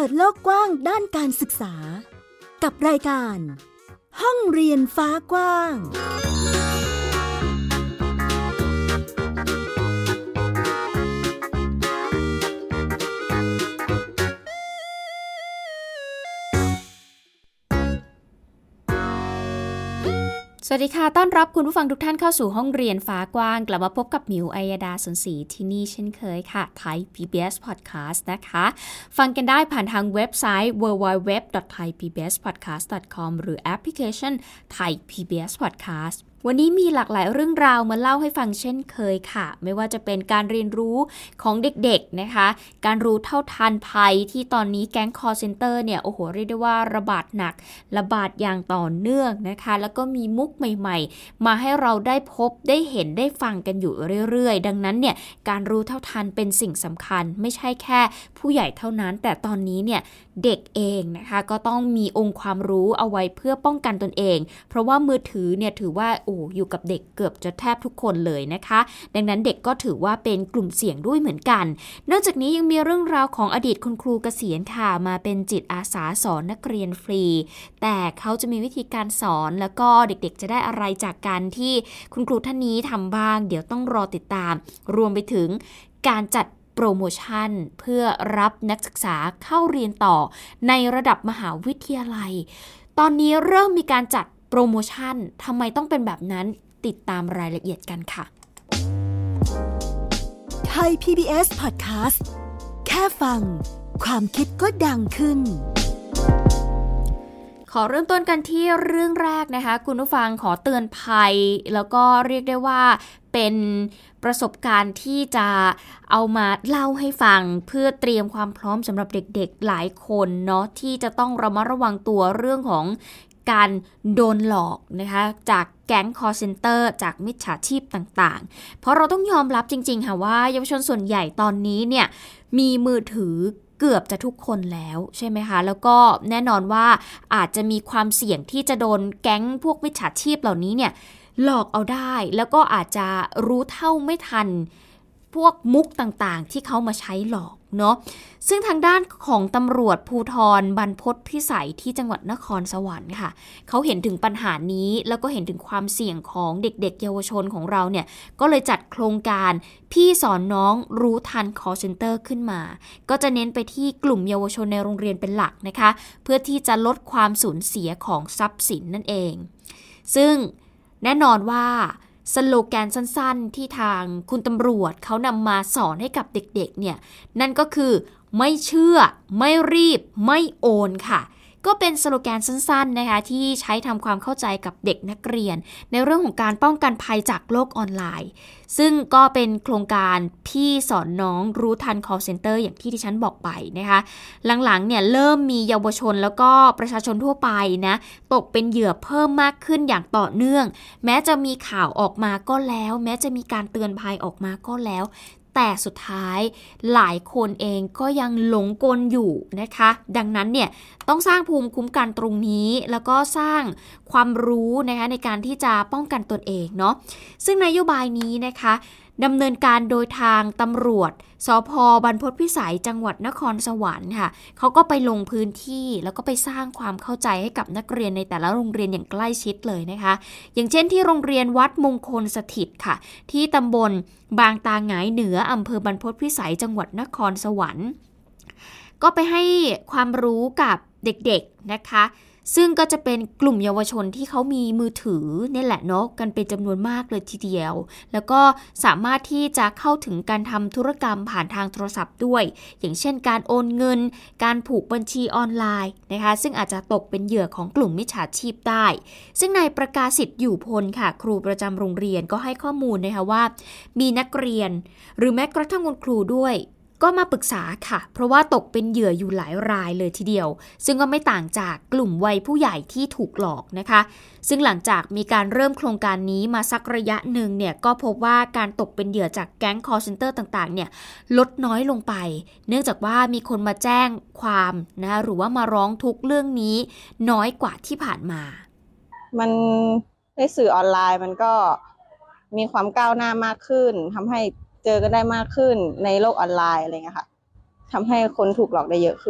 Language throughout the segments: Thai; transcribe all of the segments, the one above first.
ดโลกกว้างด้านการศึกษากับรายการห้องเรียนฟ้ากว้างสวัสดีค่ะต้อนรับคุณผู้ฟังทุกท่านเข้าสู่ห้องเรียนฟ้ากว้างกลับมาพบกับหมิวอัยดาสนศรีที่นี่เช่นเคยค่ะ Thai PBS Podcast นะคะฟังกันได้ผ่านทางเว็บไซต์ www.thaipbspodcast.com หรือแอปพลิเคชัน Thai PBS Podcastวันนี้มีหลากหลายเรื่องราวมาเล่าให้ฟังเช่นเคยค่ะไม่ว่าจะเป็นการเรียนรู้ของเด็กๆนะคะการรู้เท่าทันภัยที่ตอนนี้แก๊ง call center เนี่ยโอ้โหเรียกได้ว่าระบาดหนักระบาดอย่างต่อเนื่องนะคะแล้วก็มีมุกใหม่ๆมาให้เราได้พบได้เห็นได้ฟังกันอยู่เรื่อยๆดังนั้นเนี่ยการรู้เท่าทันเป็นสิ่งสำคัญไม่ใช่แค่ผู้ใหญ่เท่านั้นแต่ตอนนี้เนี่ยเด็กเองนะคะก็ต้องมีองค์ความรู้เอาไว้เพื่อป้องกันตนเองเพราะว่ามือถือเนี่ยถือว่าอยู่กับเด็กเกือบจะแทบทุกคนเลยนะคะดังนั้นเด็กก็ถือว่าเป็นกลุ่มเสี่ยงด้วยเหมือนกันนอกจากนี้ยังมีเรื่องราวของอดีตคุณครูเกษียณค่ะมาเป็นจิตอาสาสอนนักเรียนฟรีแต่เขาจะมีวิธีการสอนแล้วก็เด็กๆจะได้อะไรจากการที่คุณครูท่านนี้ทำบ้างเดี๋ยวต้องรอติดตามรวมไปถึงการจัดโปรโมชั่นเพื่อรับนักศึกษาเข้าเรียนต่อในระดับมหาวิทยาลัยตอนนี้เริ่มมีการจัดโปรโมชั่นทำไมต้องเป็นแบบนั้นติดตามรายละเอียดกันค่ะ Thai PBS Podcast แค่ฟังความคิดก็ดังขึ้นขอเริ่มต้นกันที่เรื่องแรกนะคะคุณผู้ฟังขอเตือนภัยแล้วก็เรียกได้ว่าเป็นประสบการณ์ที่จะเอามาเล่าให้ฟังเพื่อเตรียมความพร้อมสำหรับเด็กๆหลายคนเนาะที่จะต้องระมัดระวังตัวเรื่องของการโดนหลอกนะคะจากแก๊ง call center จากมิจฉาชีพต่างๆเพราะเราต้องยอมรับจริงๆค่ะว่าเยาวชนส่วนใหญ่ตอนนี้เนี่ยมีมือถือเกือบจะทุกคนแล้วใช่ไหมคะแล้วก็แน่นอนว่าอาจจะมีความเสี่ยงที่จะโดนแก๊งพวกมิจฉาชีพเหล่านี้เนี่ยหลอกเอาได้แล้วก็อาจจะรู้เท่าไม่ทันพวกมุกต่างๆที่เขามาใช้หลอกเนาะซึ่งทางด้านของตำรวจภูธรบรรพตพิสัยที่จังหวัดนครสวรรค์ค่ะเขาเห็นถึงปัญหานี้แล้วก็เห็นถึงความเสี่ยงของเด็กๆเยาวชนของเราเนี่ยก็เลยจัดโครงการพี่สอนน้องรู้ทัน call center ขึ้นมาก็จะเน้นไปที่กลุ่มเยาวชนในโรงเรียนเป็นหลักนะคะเพื่อที่จะลดความสูญเสียของทรัพย์สินนั่นเองซึ่งแน่นอนว่าสโลแกนสั้นๆที่ทางคุณตำรวจเขานำมาสอนให้กับเด็กๆเนี่ยนั่นก็คือไม่เชื่อไม่รีบไม่โอนค่ะก็เป็นสโลแกนสั้นๆนะคะที่ใช้ทำความเข้าใจกับเด็กนักเรียนในเรื่องของการป้องกันภัยจากโลกออนไลน์ซึ่งก็เป็นโครงการพี่สอนน้องรู้ทัน call center อย่างที่ดิฉันบอกไปนะคะหลังๆเนี่ยเริ่มมีเยาวชนแล้วก็ประชาชนทั่วไปนะตกเป็นเหยื่อเพิ่มมากขึ้นอย่างต่อเนื่องแม้จะมีข่าวออกมาก็แล้วแม้จะมีการเตือนภัยออกมาก็แล้วแต่สุดท้ายหลายคนเองก็ยังหลงกลอยู่นะคะดังนั้นเนี่ยต้องสร้างภูมิคุ้มกันตรงนี้แล้วก็สร้างความรู้นะคะในการที่จะป้องกันตนเองเนาะซึ่งนโยบายนี้นะคะดำเนินการโดยทางตำรวจสภ.บรรพตพิสัยจังหวัดนครสวรรค์ค่ะเขาก็ไปลงพื้นที่แล้วก็ไปสร้างความเข้าใจให้กับนักเรียนในแต่ละโรงเรียนอย่างใกล้ชิดเลยนะคะอย่างเช่นที่โรงเรียนวัดมงคลสถิตค่ะที่ตำบลบางตาหงายเหนืออำเภอบรรพตพิสัยจังหวัดนครสวรรค์ก็ไปให้ความรู้กับเด็กๆนะคะซึ่งก็จะเป็นกลุ่มเยาวชนที่เขามีมือถือนี่แหละเนาะกันเป็นจำนวนมากเลยทีเดียวแล้วก็สามารถที่จะเข้าถึงการทำธุรกรรมผ่านทางโทรศัพท์ด้วยอย่างเช่นการโอนเงินการผูกบัญชีออนไลน์นะคะซึ่งอาจจะตกเป็นเหยื่อของกลุ่มมิจฉาชีพได้ซึ่งนายประกาศสิทธิ์อยู่พลค่ะครูประจำโรงเรียนก็ให้ข้อมูลนะคะว่ามีนักเรียนหรือแม้กระทั่งคุณครูด้วยก็มาปรึกษาค่ะเพราะว่าตกเป็นเหยื่ออยู่หลายรายเลยทีเดียวซึ่งก็ไม่ต่างจากกลุ่มวัยผู้ใหญ่ที่ถูกหลอกนะคะซึ่งหลังจากมีการเริ่มโครงการนี้มาสักระยะหนึ่งเนี่ยก็พบว่าการตกเป็นเหยื่อจากแก๊ง call center ต่างๆเนี่ยลดน้อยลงไปเนื่องจากว่ามีคนมาแจ้งความนะคะหรือว่ามาร้องทุกข์เรื่องนี้น้อยกว่าที่ผ่านมามันในสื่อออนไลน์มันก็มีความก้าวหน้ามากขึ้นทำให้เจอกันได้มากขึ้นในโลกออนไลน์อะไรเงี้ยค่ะทำให้คนถูกหลอกได้เยอะขึ้น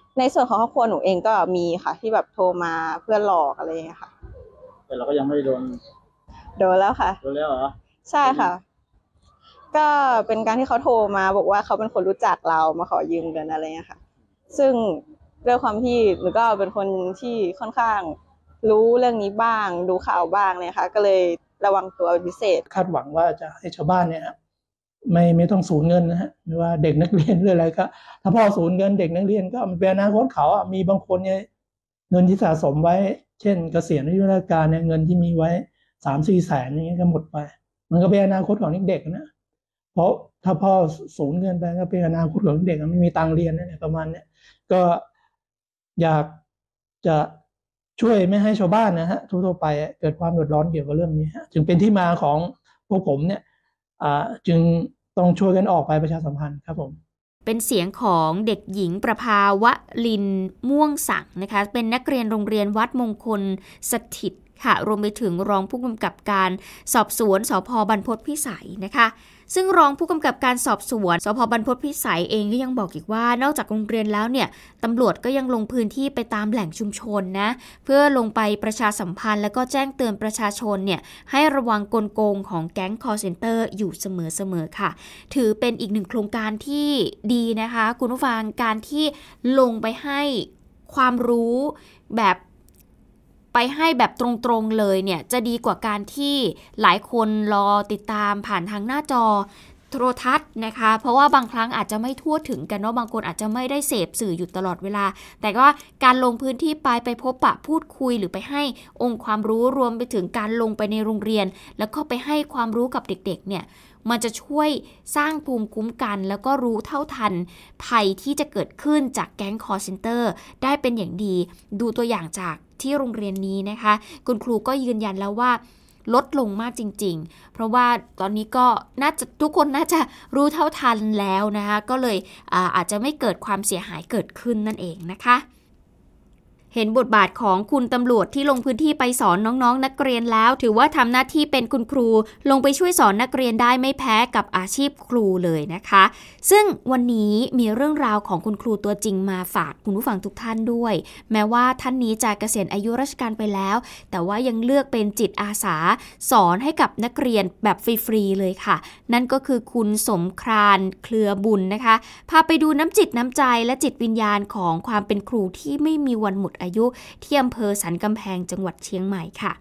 ในส่วนของครอบครัวหนูเองก็มีค่ะที่แบบโทรมาเพื่อหลอกอะไรอย่างเงี้ยค่ะแต่เราก็ยังไม่โดนแล้วค่ะโดนแล้วเหรอใช่ค่ะก็เป็นการที่เขาโทรมาบอกว่าเขาเป็นคนรู้จักเรามาขอยืมเงินอะไรเงี้ยค่ะซึ่งด้วยความที่หนูก็เป็นคนที่ค่อนข้างรู้เรื่องนี้บ้างดูข่าวบ้างเลยค่ะก็เลยระวังตัวเป็นพิเศษคาดหวังว่าจะให้ชาวบ้านเนี่ยไม่ต้องสูญเงินนะฮะไม่ว่าเด็กนักเรียนหรืออะไรก็ถ้าพ่อสูญเงินเด็กนักเรียนก็มันเป็นอนาคตเขามีบางคนเนี่ยเงินที่สะสมไว้เช่นเกษียณอายุราชการเนี่ยเงินที่มีไว้3-4 แสนอย่างเงี้ยก็หมดไปมันก็เป็นอนาคตของเด็กนะเพราะถ้าพ่อสูญเงินไปก็เป็นอนาคตของเด็กไม่มีตังค์เรียนเนี่ยประมาณนี้ก็อยากจะช่วยไม่ให้ชาวบ้านนะฮะทั่วไปเกิดความเดือดร้อนเกี่ยวกับเรื่องนี้จึงเป็นที่มาของพวกผมเนี่ยจึงต้องช่วยกันออกไปประชาสัมพันธ์ครับผมเป็นเสียงของเด็กหญิงประภาวลินม่วงสังนะคะเป็นนักเรียนโรงเรียนวัดมงคลสถิตค่ะรวมไปถึงรองผู้กำกับการสอบสวนสภ.บรรพตพิสัยนะคะซึ่งรองผู้กำกับการสอบสวนสภ.บรรพตพิสัยเองก็ยังบอกอีกว่านอกจากโรงเรียนแล้วเนี่ยตำรวจก็ยังลงพื้นที่ไปตามแหล่งชุมชนนะเพื่อลงไปประชาสัมพันธ์แล้วก็แจ้งเตือนประชาชนเนี่ยให้ระวังกลโกงของแก๊ง call center อยู่เสมอๆค่ะถือเป็นอีกหนึ่งโครงการที่ดีนะคะคุณผู้ฟังการที่ลงไปให้ความรู้แบบไปให้แบบตรงๆเลยเนี่ยจะดีกว่าการที่หลายคนรอติดตามผ่านทางหน้าจอโทรทัศน์นะคะเพราะว่าบางครั้งอาจจะไม่ทั่วถึงกันเนาะบางคนอาจจะไม่ได้เสพสื่ออยู่ตลอดเวลาแต่ก็การลงพื้นที่ไปพบปะพูดคุยหรือไปให้องค์ความรู้รวมไปถึงการลงไปในโรงเรียนแล้วก็ไปให้ความรู้กับเด็กๆเนี่ยมันจะช่วยสร้างภูมิคุ้มกันแล้วก็รู้เท่าทันภัยที่จะเกิดขึ้นจากแก๊ง call center ได้เป็นอย่างดีดูตัวอย่างจากที่โรงเรียนนี้นะคะคุณครูก็ยืนยันแล้วว่าลดลงมากจริงๆเพราะว่าตอนนี้ก็น่าจะทุกคนน่าจะรู้เท่าทันแล้วนะคะก็เลยอาจจะไม่เกิดความเสียหายเกิดขึ้นนั่นเองนะคะเห็นบทบาทของคุณตำรวจที่ลงพื้นที่ไปสอนน้องๆนักเรียนแล้วถือว่าทำหน้าที่เป็นคุณครูลงไปช่วยสอนนักเรียนได้ไม่แพ้กับอาชีพครูเลยนะคะซึ่งวันนี้มีเรื่องราวของคุณครูตัวจริงมาฝากคุณผู้ฟังทุกท่านด้วยแม้ว่าท่านนี้จะเกษียณอายุราชการไปแล้วแต่ว่ายังเลือกเป็นจิตอาสาสอนให้กับนักเรียนแบบฟรีๆเลยค่ะนั่นก็คือคุณสมครานเครือบุญนะคะพาไปดูน้ำจิตน้ำใจและจิตวิญญาณของความเป็นครูที่ไม่มีวันหมดอายุที่อำเภอสันกำแพงจังหวัดเชียงใหม่ค่ะ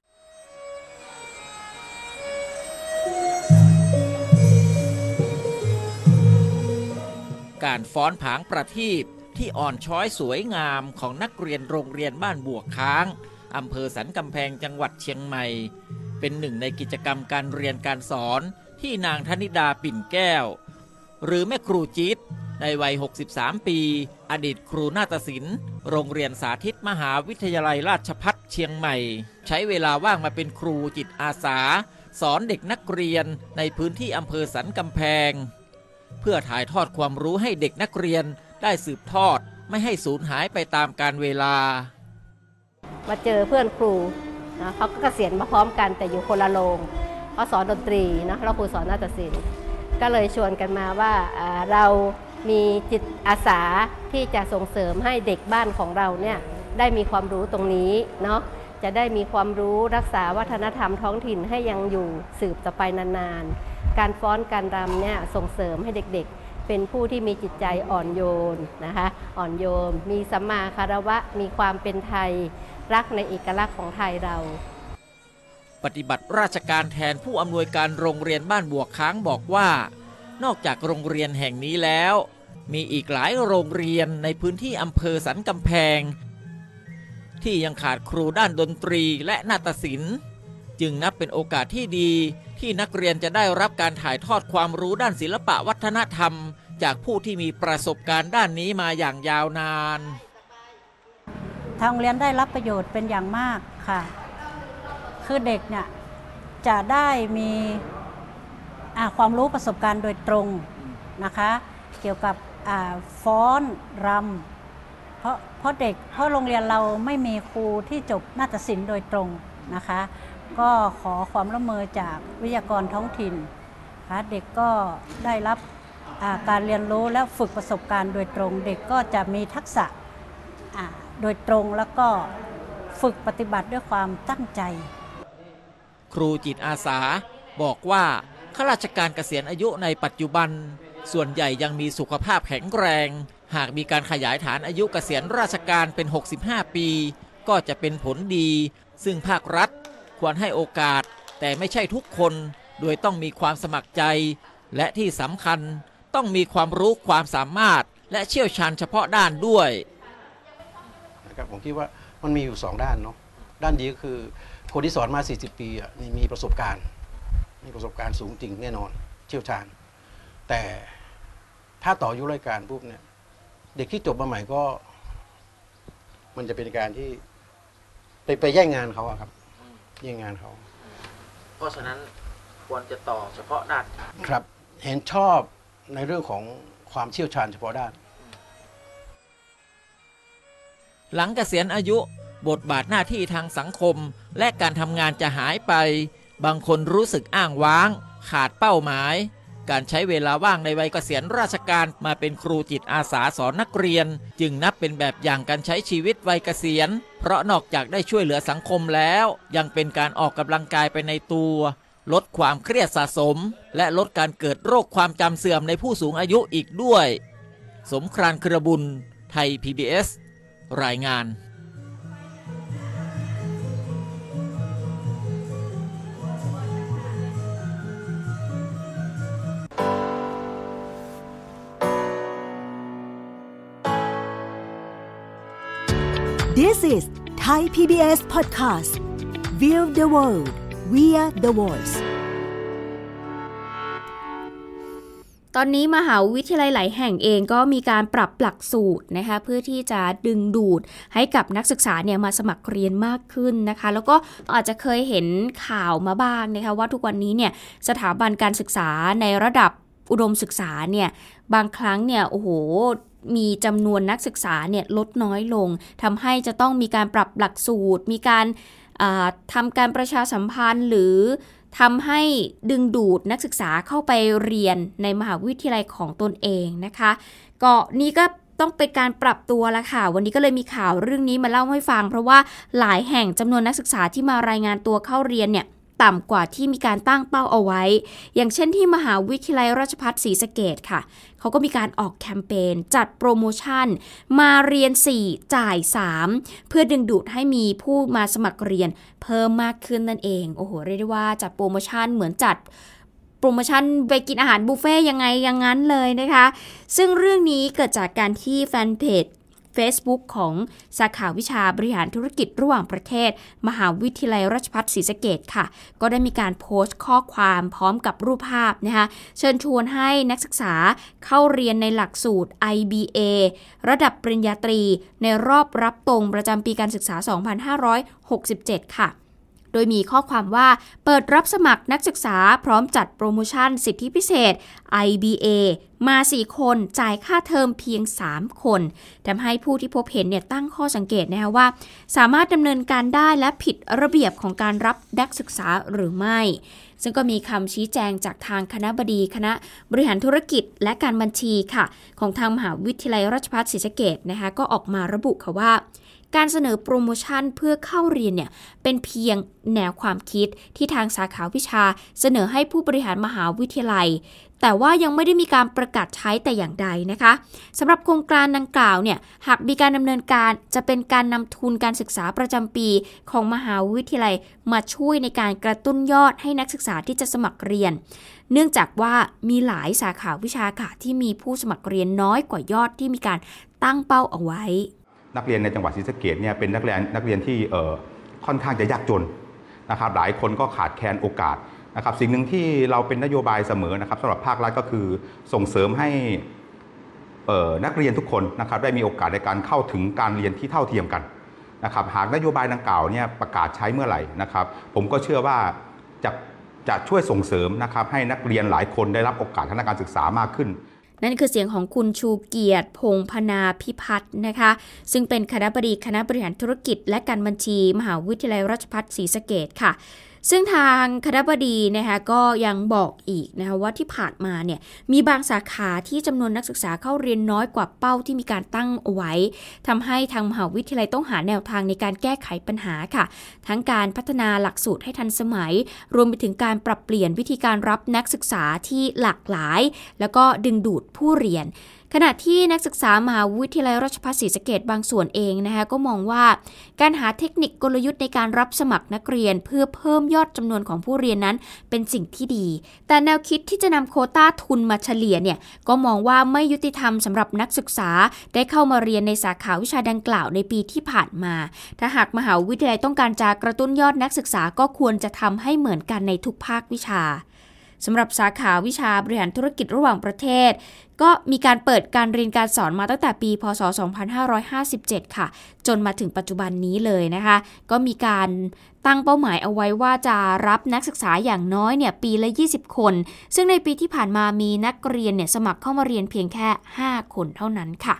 การฟ้อนผางประทีปที่อ่อนช้อยสวยงามของนักเรียนโรงเรียนบ้านบวกค้างอำเภอสันกำแพงจังหวัดเชียงใหม่เป็นหนึ่งในกิจกรรมการเรียนการสอนที่นางธนิดาปิ่นแก้วหรือแม่ครูจิ๊ดในวัย63ปีอดีตครูนาฏศิลป์โรงเรียนสาธิตมหาวิทยาลัยราชภัฏเชียงใหม่ใช้เวลาว่างมาเป็นครูจิตอาสาสอนเด็กนักเรียนในพื้นที่อำเภอสันกำแพงเพื่อถ่ายทอดความรู้ให้เด็กนักเรียนได้สืบทอดไม่ให้สูญหายไปตามกาลเวลามาเจอเพื่อนครูนะเขาก็เกษียณมาพร้อมกันแต่อยู่คนละโรงเขาสอนดนตรีนะเราครูสอนนาฏศิลป์ก็เลยชวนกันมาว่าเรามีจิตอาสาที่จะส่งเสริมให้เด็กบ้านของเราเนี่ยได้มีความรู้ตรงนี้เนาะจะได้มีความรู้รักษาวัฒนธรรมท้องถิ่นให้ยังอยู่สืบต่อไปนานๆการฟ้อนการรำเนี่ยส่งเสริมให้เด็กๆเป็นผู้ที่มีจิตใจอ่อนโยนนะคะอ่อนโยนมีสัมมาคารวะมีความเป็นไทยรักในเอกลักษณ์ของไทยเราปฏิบัติราชการแทนผู้อำนวยการโรงเรียนบ้านบวกค้างบอกว่านอกจากโรงเรียนแห่งนี้แล้วมีอีกหลายโรงเรียนในพื้นที่อำเภอสันกำแพงที่ยังขาดครูด้านดนตรีและนาฏศิลป์จึงนับเป็นโอกาสที่ดีที่นักเรียนจะได้รับการถ่ายทอดความรู้ด้านศิลปะวัฒนธรรมจากผู้ที่มีประสบการณ์ด้านนี้มาอย่างยาวนานทางโรงเรียนได้รับประโยชน์เป็นอย่างมากค่ะคือเด็กเนี่ยจะได้มีความรู้ประสบการณ์โดยตรงนะคะเกี่ยวกับฟ้อนรำเพราะโรงเรียนเราไม่มีครูที่จบนาฏศิลป์โดยตรงนะคะก็ขอความร่วมมือจากวิทยากรท้องถิ่นค่ะเด็กก็ได้รับการเรียนรู้และฝึกประสบการณ์โดยตรงเด็กก็จะมีทักษะโดยตรงแล้วก็ฝึกปฏิบัติด้วยความตั้งใจครูจิตอาสาบอกว่าข้าราชการเกษียณอายุในปัจจุบันส่วนใหญ่ยังมีสุขภาพแข็งแรงหากมีการขยายฐานอายุเกษียณราชการเป็น65ปีก็จะเป็นผลดีซึ่งภาครัฐควรให้โอกาสแต่ไม่ใช่ทุกคนโดยต้องมีความสมัครใจและที่สำคัญต้องมีความรู้ความสามารถและเชี่ยวชาญเฉพาะด้านด้วยนะครับผมคิดว่ามันมีอยู่2ด้านเนาะด้านดีก็คือคนที่สอนมา40ปีมีประสบการณ์สูงจริงแน่นอนเชี่ยวชาญแต่ถ้าต่ออายุราชการปุ๊บเนี่ยเด็กที่จบมาใหม่ก็มันจะเป็นการที่ไปแย่งงานเขาครับแย่งงานเขาเพราะฉะนั้นควรจะต่อเฉพาะด้านครับเห็นชอบในเรื่องของความเชี่ยวชาญเฉพาะด้านหลังเกษียณอายุบทบาทหน้าที่ทางสังคมและการทำงานจะหายไปบางคนรู้สึกอ้างว้างขาดเป้าหมายการใช้เวลาว่างในวัยเกษียณราชการมาเป็นครูจิตอาสาสอนนักเรียนจึงนับเป็นแบบอย่างการใช้ชีวิตวัยเกษียณเพราะนอกจากได้ช่วยเหลือสังคมแล้วยังเป็นการออกกำลังกายไปในตัวลดความเครียดสะสมและลดการเกิดโรคความจำเสื่อมในผู้สูงอายุอีกด้วยสมครานเครือบุญไทย PBS รายงาน This is Thai PBS Podcast. View the world via the voice. ตอนนี้มหาวิทยาลัยหลายแห่งเองก็มีการปรับหลักสูตรนะคะเพื่อที่จะดึงดูดให้กับนักศึกษาเนี่ยมาสมัครเรียนมากขึ้นนะคะแล้วก็อาจจะเคยเห็นข่าวมาบ้างนะคะว่าทุกวันนี้เนี่ยสถาบันการศึกษาในระดับอุดมศึกษาเนี่ยบางครั้งเนี่ยโอ้โหมีจำนวนนักศึกษาเนี่ยลดน้อยลงทำให้จะต้องมีการปรับหลักสูตรมีการทำการประชาสัมพันธ์หรือทำให้ดึงดูดนักศึกษาเข้าไปเรียนในมหาวิทยาลัยของตนเองนะคะก็นี่ก็ต้องเป็นการปรับตัวละค่ะวันนี้ก็เลยมีข่าวเรื่องนี้มาเล่าให้ฟังเพราะว่าหลายแห่งจำนวนนักศึกษาที่มารายงานตัวเข้าเรียนเนี่ยต่ำกว่าที่มีการตั้งเป้าเอาไว้อย่างเช่นที่มหาวิทยาลัยราชภัฏศรีสะเกษค่ะเขาก็มีการออกแคมเปญจัดโปรโมชั่นมาเรียน4จ่าย3เพื่อดึงดูดให้มีผู้มาสมัครเรียนเพิ่มมากขึ้นนั่นเองโอ้โหเรียกได้ว่าจัดโปรโมชั่นเหมือนจัดโปรโมชั่นไปกินอาหารบุฟเฟ่ยังไงอย่างนั้นเลยนะคะซึ่งเรื่องนี้เกิดจากการที่แฟนเพจFacebook ของสาขาวิชาบริหารธุรกิจระหว่างประเทศมหาวิทยาลัยราชภัฏศรีสะเกษค่ะก็ได้มีการโพสต์ข้อความพร้อมกับรูปภาพนะคะเชิญชวนให้นักศึกษาเข้าเรียนในหลักสูตร IBA ระดับปริญญาตรีในรอบรับตรงประจำปีการศึกษา 2567 ค่ะโดยมีข้อความว่าเปิดรับสมัครนักศึกษาพร้อมจัดโปรโมชั่นสิทธิพิเศษ IBA มา4คนจ่ายค่าเทอมเพียง3คนทำให้ผู้ที่พบเห็นเนี่ยตั้งข้อสังเกตนะคะว่าสามารถดำเนินการได้และผิดระเบียบของการรับนักศึกษาหรือไม่ซึ่งก็มีคำชี้แจงจากทางคณบดีคณะบริหารธุรกิจและการบัญชีค่ะของทางมหาวิทยาลัยราชภัฏศรีสะเกษนะคะก็ออกมาระบุค่ะว่าการเสนอโปรโมชั่นเพื่อเข้าเรียนเนี่ยเป็นเพียงแนวความคิดที่ทางสาขาวิชาเสนอให้ผู้บริหารมหาวิทยาลัยแต่ว่ายังไม่ได้มีการประกาศใช้แต่อย่างใดนะคะสำหรับโครงการดังกล่าวเนี่ยหากมีการดำเนินการจะเป็นการนำทุนการศึกษาประจำปีของมหาวิทยาลัยมาช่วยในการกระตุ้นยอดให้นักศึกษาที่จะสมัครเรียนเนื่องจากว่ามีหลายสาขาวิชาค่ะที่มีผู้สมัครเรียนน้อยกว่ายอดที่มีการตั้งเป้าเอาไว้นักเรียนในจังหวัดศรีสะเกษเนี่ยเป็นนักเรียนที่ค่อนข้างจะยากจนนะครับหลายคนก็ขาดแคลนโอกาสนะครับสิ่งหนึ่งที่เราเป็นนโยบายเสมอนะครับสำหรับภาครัฐก็คือส่งเสริมให้นักเรียนทุกคนนะครับได้มีโอกาสในการเข้าถึงการเรียนที่เท่าเทียมกันนะครับหากนโยบายดังกล่าวเนี่ยประกาศใช้เมื่อไหร่นะครับผมก็เชื่อว่าจะช่วยส่งเสริมนะครับให้นักเรียนหลายคนได้รับโอกาสทางการศึกษามากขึ้นนั่นคือเสียงของคุณชูเกียรติพงษ์พนาพิพัฒน์นะคะซึ่งเป็นคณบดีคณะบริหารธุรกิจและการบัญชีมหาวิทยาลัยราชภัฏศรีสะเกษค่ะซึ่งทางคณบดีนะคะก็ยังบอกอีกนะคะว่าที่ผ่านมาเนี่ยมีบางสาขาที่จำนวนนักศึกษาเข้าเรียนน้อยกว่าเป้าที่มีการตั้งเอาไว้ทำให้ทางมหาวิทยาลัยต้องหาแนวทางในการแก้ไขปัญหาค่ะทั้งการพัฒนาหลักสูตรให้ทันสมัยรวมไปถึงการปรับเปลี่ยนวิธีการรับนักศึกษาที่หลากหลายแล้วก็ดึงดูดผู้เรียนขณะที่นักศึกษามหาวิทยาลัยราชภัฏศรีสะเกษบางส่วนเองนะคะก็มองว่าการหาเทคนิคกลยุทธ์ในการรับสมัครนักเรียนเพื่อเพิ่มยอดจำนวนของผู้เรียนนั้นเป็นสิ่งที่ดีแต่แนวคิดที่จะนำโควต้าทุนมาเฉลี่ยเนี่ยก็มองว่าไม่ยุติธรรมสำหรับนักศึกษาได้เข้ามาเรียนในสาขาวิชาดังกล่าวในปีที่ผ่านมาถ้าหากมหาวิทยาลัยต้องการจะกระตุ้นยอดนักศึกษาก็ควรจะทำให้เหมือนกันในทุกภาควิชาสำหรับสาขาวิชาบริหารธุรกิจระหว่างประเทศก็มีการเปิดการเรียนการสอนมาตั้งแต่ปีพ.ศ. 2557 ค่ะจนมาถึงปัจจุบันนี้เลยนะคะก็มีการตั้งเป้าหมายเอาไว้ว่าจะรับนักศึกษาอย่างน้อยเนี่ยปีละ20คนซึ่งในปีที่ผ่านมามีนักเรียนเนี่ยสมัครเข้ามาเรียนเพียงแค่5คนเท่านั้นค่ะ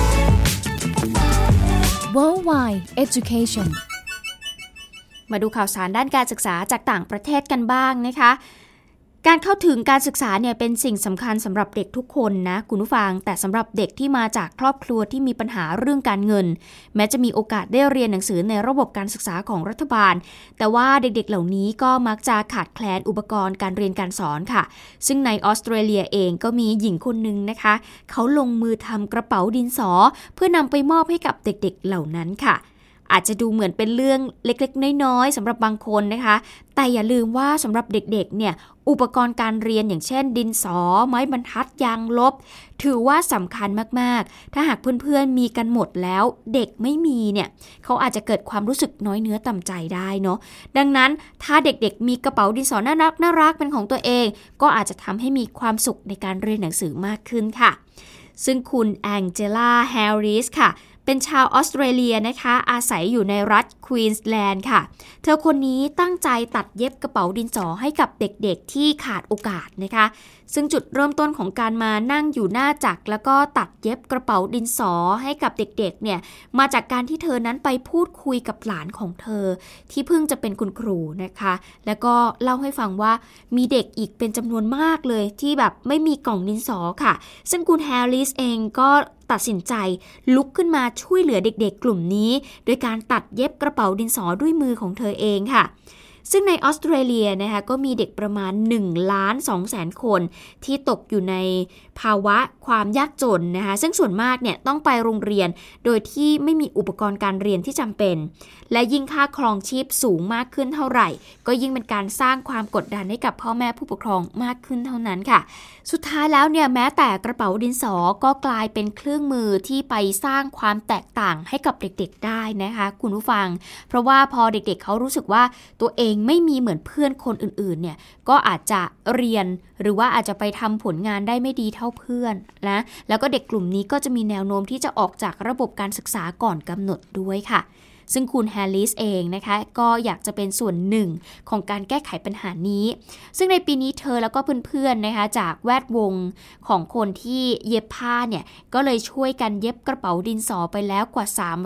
Worldwide Education มาดูข่าวสารด้านการศึกษาจากต่างประเทศกันบ้างนะคะการเข้าถึงการศึกษาเนี่ยเป็นสิ่งสำคัญสำหรับเด็กทุกคนนะคุณผู้ฟังแต่สำหรับเด็กที่มาจากครอบครัวที่มีปัญหาเรื่องการเงินแม้จะมีโอกาสได้เรียนหนังสือในระบบการศึกษาของรัฐบาลแต่ว่าเด็กๆเหล่านี้ก็มักจะขาดแคลนอุปกรณ์การเรียนการสอนค่ะซึ่งในออสเตรเลียเองก็มีหญิงคนนึงนะคะเขาลงมือทำกระเป๋าดินสอเพื่อนำไปมอบให้กับเด็กๆเหล่านั้นค่ะอาจจะดูเหมือนเป็นเรื่องเล็กๆน้อยๆสำหรับบางคนนะคะแต่อย่าลืมว่าสำหรับเด็กๆเนี่ยอุปกรณ์การเรียนอย่างเช่นดินสอไม้บรรทัดยางลบถือว่าสำคัญมากๆถ้าหากเพื่อนๆมีกันหมดแล้วเด็กไม่มีเนี่ยเขาอาจจะเกิดความรู้สึกน้อยเนื้อต่ำใจได้เนาะดังนั้นถ้าเด็กๆมีกระเป๋าดินสอน่ารักเป็นของตัวเองก็อาจจะทำให้มีความสุขในการเรียนหนังสือมากขึ้นค่ะซึ่งคุณแองเจล่าแฮร์ริสค่ะเป็นชาวออสเตรเลียนะคะอาศัยอยู่ในรัฐควีนส์แลนด์ค่ะเธอคนนี้ตั้งใจตัดเย็บกระเป๋าดินสอให้กับเด็กๆที่ขาดโอกาสนะคะซึ่งจุดเริ่มต้นของการมานั่งอยู่หน้าจักรแล้วก็ตัดเย็บกระเป๋าดินสอให้กับเด็กๆเนี่ยมาจากการที่เธอนั้นไปพูดคุยกับหลานของเธอที่เพิ่งจะเป็นคุณครูนะคะแล้วก็เล่าให้ฟังว่ามีเด็กอีกเป็นจำนวนมากเลยที่แบบไม่มีกล่องดินสอค่ะซึ่งคุณแฮร์ริสเองก็ตัดสินใจลุกขึ้นมาช่วยเหลือเด็กๆกลุ่มนี้โดยการตัดเย็บกระเป๋าดินสอด้วยมือของเธอเองค่ะซึ่งในออสเตรเลียนะคะก็มีเด็กประมาณ 1,200,000 คนที่ตกอยู่ในภาวะความยากจนนะคะซึ่งส่วนมากเนี่ยต้องไปโรงเรียนโดยที่ไม่มีอุปกรณ์การเรียนที่จำเป็นและยิ่งค่าครองชีพสูงมากขึ้นเท่าไหร่ก็ยิ่งเป็นการสร้างความกดดันให้กับพ่อแม่ผู้ปกครองมากขึ้นเท่านั้นค่ะสุดท้ายแล้วเนี่ยแม้แต่กระเป๋าดินสอก็กลายเป็นเครื่องมือที่ไปสร้างความแตกต่างให้กับเด็กๆได้นะคะคุณผู้ฟังเพราะว่าพอเด็กๆเขารู้สึกว่าตัวเองไม่มีเหมือนเพื่อนคนอื่นๆเนี่ยก็อาจจะเรียนหรือว่าอาจจะไปทำผลงานได้ไม่ดีเท่าเพื่อนนะแล้วก็เด็กกลุ่มนี้ก็จะมีแนวโน้มที่จะออกจากระบบการศึกษาก่อนกำหนดด้วยค่ะซึ่งคุณแฮร์ริสเองนะคะก็อยากจะเป็นส่วนหนึ่งของการแก้ไขปัญหานี้ซึ่งในปีนี้เธอแล้วก็เพื่อนๆนะคะจากแวดวงของคนที่เย็บผ้าเนี่ยก็เลยช่วยกันเย็บกระเป๋าดินสอไปแล้วกว่า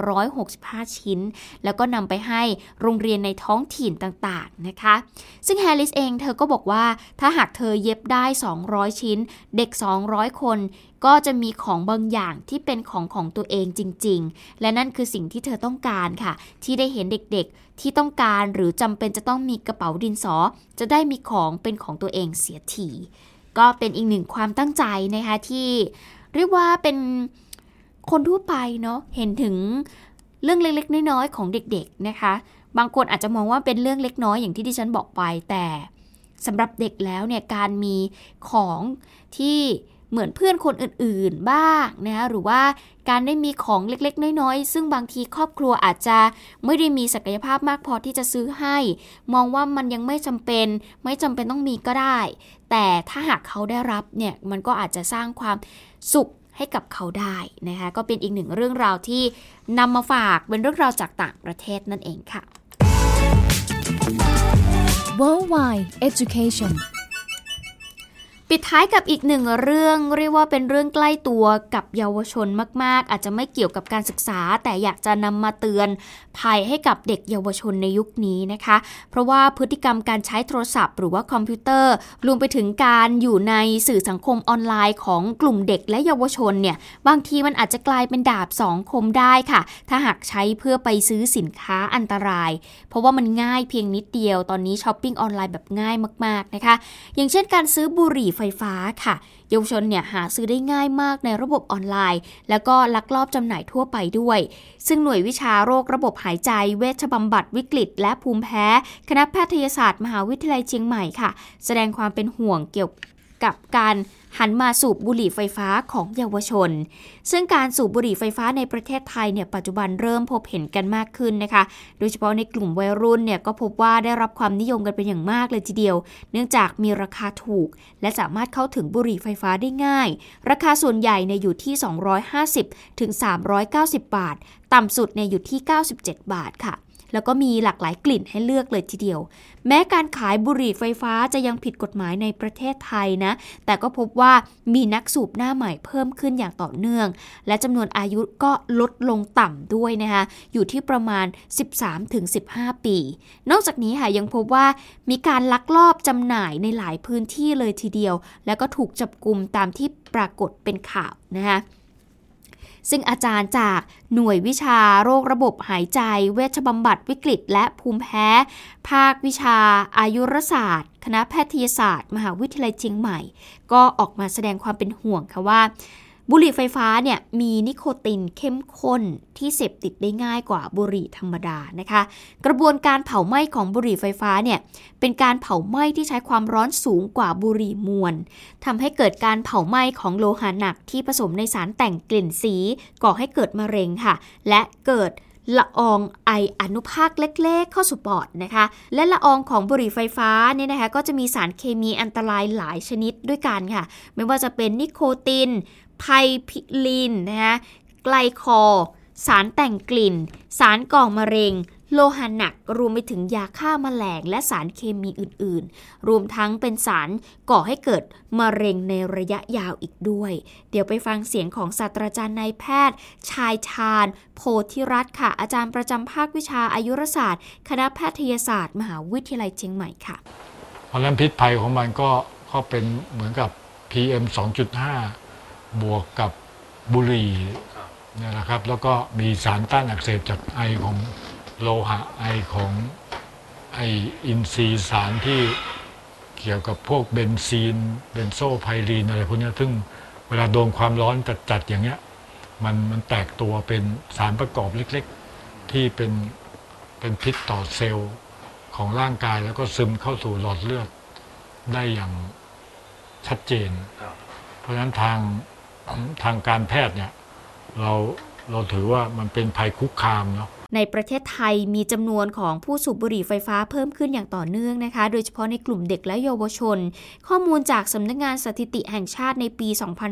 365ชิ้นแล้วก็นำไปให้โรงเรียนในท้องถิ่นต่างๆนะคะซึ่งแฮร์ริสเองเธอก็บอกว่าถ้าหากเธอเย็บได้200ชิ้นเด็ก200คนก็จะมีของบางอย่างที่เป็นของตัวเองจริงๆและนั่นคือสิ่งที่เธอต้องการค่ะที่ได้เห็นเด็กๆที่ต้องการหรือจำเป็นจะต้องมีกระเป๋าดินสอจะได้มีของเป็นของตัวเองเสียทีก็เป็นอีกหนึ่งความตั้งใจนะคะที่เรียกว่าเป็นคนทั่วไปเนาะเห็นถึงเรื่องเล็กๆน้อยๆของเด็กๆนะคะบางคนอาจจะมองว่าเป็นเรื่องเล็กน้อยอย่างที่ดิฉันบอกไปแต่สำหรับเด็กแล้วเนี่ยการมีของที่เหมือนเพื่อนคนอื่นๆบ้างนะหรือว่าการได้มีของเล็กๆน้อยๆซึ่งบางทีครอบครัวอาจจะไม่ได้มีศักยภาพมากพอที่จะซื้อให้มองว่ามันยังไม่จำเป็นต้องมีก็ได้แต่ถ้าหากเขาได้รับเนี่ยมันก็อาจจะสร้างความสุขให้กับเขาได้นะคะก็เป็นอีกหนึ่งเรื่องราวที่นำมาฝากเป็นเรื่องราวจากต่างประเทศนั่นเองค่ะ Worldwide Education ปีปิดท้ายกับอีกหนึ่งเรื่องเรียกว่าเป็นเรื่องใกล้ตัวกับเยาวชนมากๆอาจจะไม่เกี่ยวกับการศึกษาแต่อยากจะนำมาเตือนภัยให้กับเด็กเยาวชนในยุคนี้นะคะเพราะว่าพฤติกรรมการใช้โทรศัพท์หรือว่าคอมพิวเตอร์รวมไปถึงการอยู่ในสื่อสังคมออนไลน์ของกลุ่มเด็กและเยาวชนเนี่ยบางทีมันอาจจะกลายเป็นดาบสองคมได้ค่ะถ้าหากใช้เพื่อไปซื้อสินค้าอันตรายเพราะว่ามันง่ายเพียงนิดเดียวตอนนี้ช้อปปิ้งออนไลน์แบบง่ายมากๆนะคะอย่างเช่นการซื้อบุหรี่ไฟฟ้าค่ะเยาวชนเนี่ยหาซื้อได้ง่ายมากในระบบออนไลน์แล้วก็ลักลอบจำหน่ายทั่วไปด้วยซึ่งหน่วยวิชาโรคระบบหายใจเวชบำบัดวิกฤตและภูมิแพ้คณะแพทยศาสตร์มหาวิทยาลัยเชียงใหม่ค่ะแสดงความเป็นห่วงเกี่ยวกับการหันมาสูบบุหรี่ไฟฟ้าของเยาวชนซึ่งการสูบบุหรี่ไฟฟ้าในประเทศไทยเนี่ยปัจจุบันเริ่มพบเห็นกันมากขึ้นนะคะโดยเฉพาะในกลุ่มวัยรุ่นเนี่ยก็พบว่าได้รับความนิยมกันเป็นอย่างมากเลยทีเดียวเนื่องจากมีราคาถูกและสามารถเข้าถึงบุหรี่ไฟฟ้าได้ง่ายราคาส่วนใหญ่เนี่ยอยู่ที่250ถึง390บาทต่ำสุดเนี่ยอยู่ที่97บาทค่ะแล้วก็มีหลากหลายกลิ่นให้เลือกเลยทีเดียวแม้การขายบุหรี่ไฟฟ้าจะยังผิดกฎหมายในประเทศไทยนะแต่ก็พบว่ามีนักสูบหน้าใหม่เพิ่มขึ้นอย่างต่อเนื่องและจำนวนอายุก็ลดลงต่ำด้วยนะคะอยู่ที่ประมาณ 13-15 ปีนอกจากนี้ค่ะยังพบว่ามีการลักลอบจำหน่ายในหลายพื้นที่เลยทีเดียวแล้วก็ถูกจับกุมตามที่ปรากฏเป็นข่าวนะคะซึ่งอาจารย์จากหน่วยวิชาโรคระบบหายใจเวชบำบัดวิกฤตและภูมิแพ้ภาควิชาอายุรศาสตร์คณะแพทยศาสตร์มหาวิทยาลัยเชียงใหม่ก็ออกมาแสดงความเป็นห่วงค่ะว่าบุหรี่ไฟฟ้าเนี่ยมีนิโคตินเข้มข้นที่เสพติดได้ง่ายกว่าบุหรี่ธรรมดานะคะกระบวนการเผาไหม้ของบุหรี่ไฟฟ้าเนี่ยเป็นการเผาไหม้ที่ใช้ความร้อนสูงกว่าบุหรี่มวลทำให้เกิดการเผาไหม้ของโลหะหนักที่ผสมในสารแต่งกลิ่นสีก่อให้เกิดมะเร็งค่ะและเกิดละอองไออนุภาคเล็กๆเข้าสู่ปอดนะคะและละอองของบุหรี่ไฟฟ้าเนี่ยนะคะก็จะมีสารเคมีอันตรายหลายชนิดด้วยกันค่ะไม่ว่าจะเป็นนิโคตินไพพิลีนนะคะไกลคอลสารแต่งกลิ่นสารก่อมะเร็งโลหะหนักรวมไปถึงยาฆ่าแมลงและสารเคมีอื่นๆรวมทั้งเป็นสารก่อให้เกิดมะเร็งในระยะยาวอีกด้วยเดี๋ยวไปฟังเสียงของศาสตราจารย์นายแพทย์ชายชาญโพธิรัตน์ค่ะอาจารย์ประจำภาควิชาอายุรศาสตร์คณะแพทยศาสตร์มหาวิทยาลัยเชียงใหม่ค่ะเพราะฉะนั้นพิษภัยของมันก็เป็นเหมือนกับ PM 2.5 บวกกับบุหรี่เนี่ยแหละครับแล้วก็มีสารต้านอักเสบจากไอของโลหะไอของไออินทรีย์สารที่เกี่ยวกับพวกเบนซีนเบนโซไพรีนอะไรพวกนี้ซึ่งเวลาโดนความร้อนจัดๆอย่างเงี้ยมันแตกตัวเป็นสารประกอบเล็กๆที่เป็นพิษต่อเซลล์ของร่างกายแล้วก็ซึมเข้าสู่หลอดเลือดได้อย่างชัดเจนเพราะฉะนั้นทางการแพทย์เนี่ยเราถือว่ามันเป็นภัยคุกคามเนาะในประเทศไทยมีจำนวนของผู้สูบบุหรี่ไฟฟ้าเพิ่มขึ้นอย่างต่อเนื่องนะคะโดยเฉพาะในกลุ่มเด็กและเยาวชนข้อมูลจากสำนักงานสถิติแห่งชาติในปี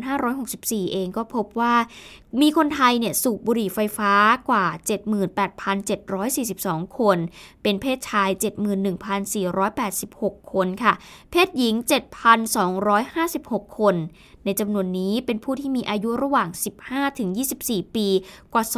2564 เองก็พบว่ามีคนไทยเนี่ยสูบบุหรี่ไฟฟ้ากว่า 78,742 คนเป็นเพศชาย 71,486 คนค่ะเพศหญิง 7,256 คนในจำนวนนี้เป็นผู้ที่มีอายุระหว่าง 15-24 ปีกว่า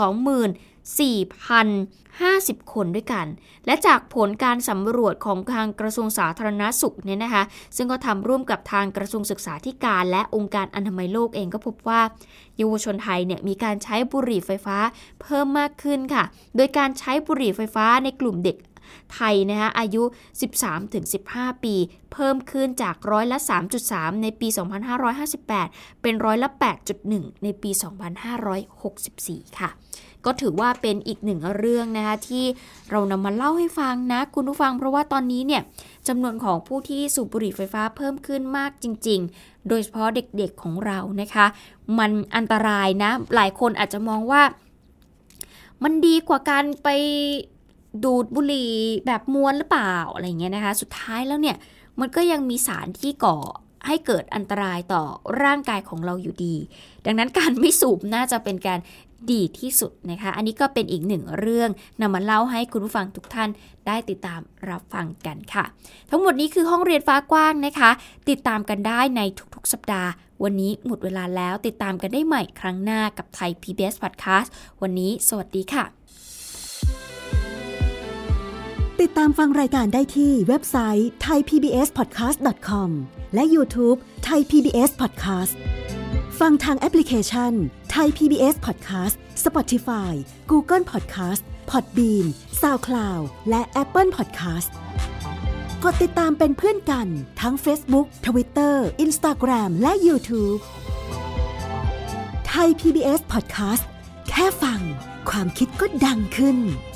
24,050 คนด้วยกันและจากผลการสำรวจของทางกระทรวงสาธารณสุขเนี่ยนะคะซึ่งก็ทำร่วมกับทางกระทรวงศึกษาธิการและองค์การอนามัยโลกเองก็พบว่าเยาวชนไทยเนี่ยมีการใช้บุหรี่ไฟฟ้าเพิ่มมากขึ้นค่ะโดยการใช้บุหรี่ไฟฟ้าในกลุ่มเด็กไทยนะคะอายุ 13-15 ปีเพิ่มขึ้นจากร้อยละ 3.3 ในปี 2558 เป็นร้อยละ 8.1 ในปี 2564 ค่ะก็ถือว่าเป็นอีกหนึ่งเรื่องนะคะที่เรานำมาเล่าให้ฟังนะคุณผู้ฟังเพราะว่าตอนนี้เนี่ยจำนวนของผู้ที่สูบบุหรี่ไฟฟ้าเพิ่มขึ้นมากจริงๆโดยเฉพาะเด็กๆของเรานะคะมันอันตรายนะหลายคนอาจจะมองว่ามันดีกว่าการไปดูดบุหรี่แบบมวนหรือเปล่าอะไรเงี้ยนะคะสุดท้ายแล้วเนี่ยมันก็ยังมีสารที่ก่อให้เกิดอันตรายต่อร่างกายของเราอยู่ดีดังนั้นการไม่สูบน่าจะเป็นการดีที่สุดนะคะอันนี้ก็เป็นอีกหนึ่งเรื่องนำมาเล่าให้คุณผู้ฟังทุกท่านได้ติดตามรับฟังกันค่ะทั้งหมดนี้คือห้องเรียนฟ้ากว้างนะคะติดตามกันได้ในทุกๆสัปดาห์วันนี้หมดเวลาแล้วติดตามกันได้ใหม่ครั้งหน้ากับไทย PBS Podcast วันนี้สวัสดีค่ะติดตามฟังรายการได้ที่เว็บไซต์ thaipbspodcast.com และ YouTube Thai PBS Podcast ฟังทางแอปพลิเคชัน Thai PBS Podcast Spotify Google Podcast Podbean SoundCloud และ Apple Podcast กดติดตามเป็นเพื่อนกันทั้ง Facebook Twitter Instagram และ YouTube Thai PBS Podcast แค่ฟังความคิดก็ดังขึ้น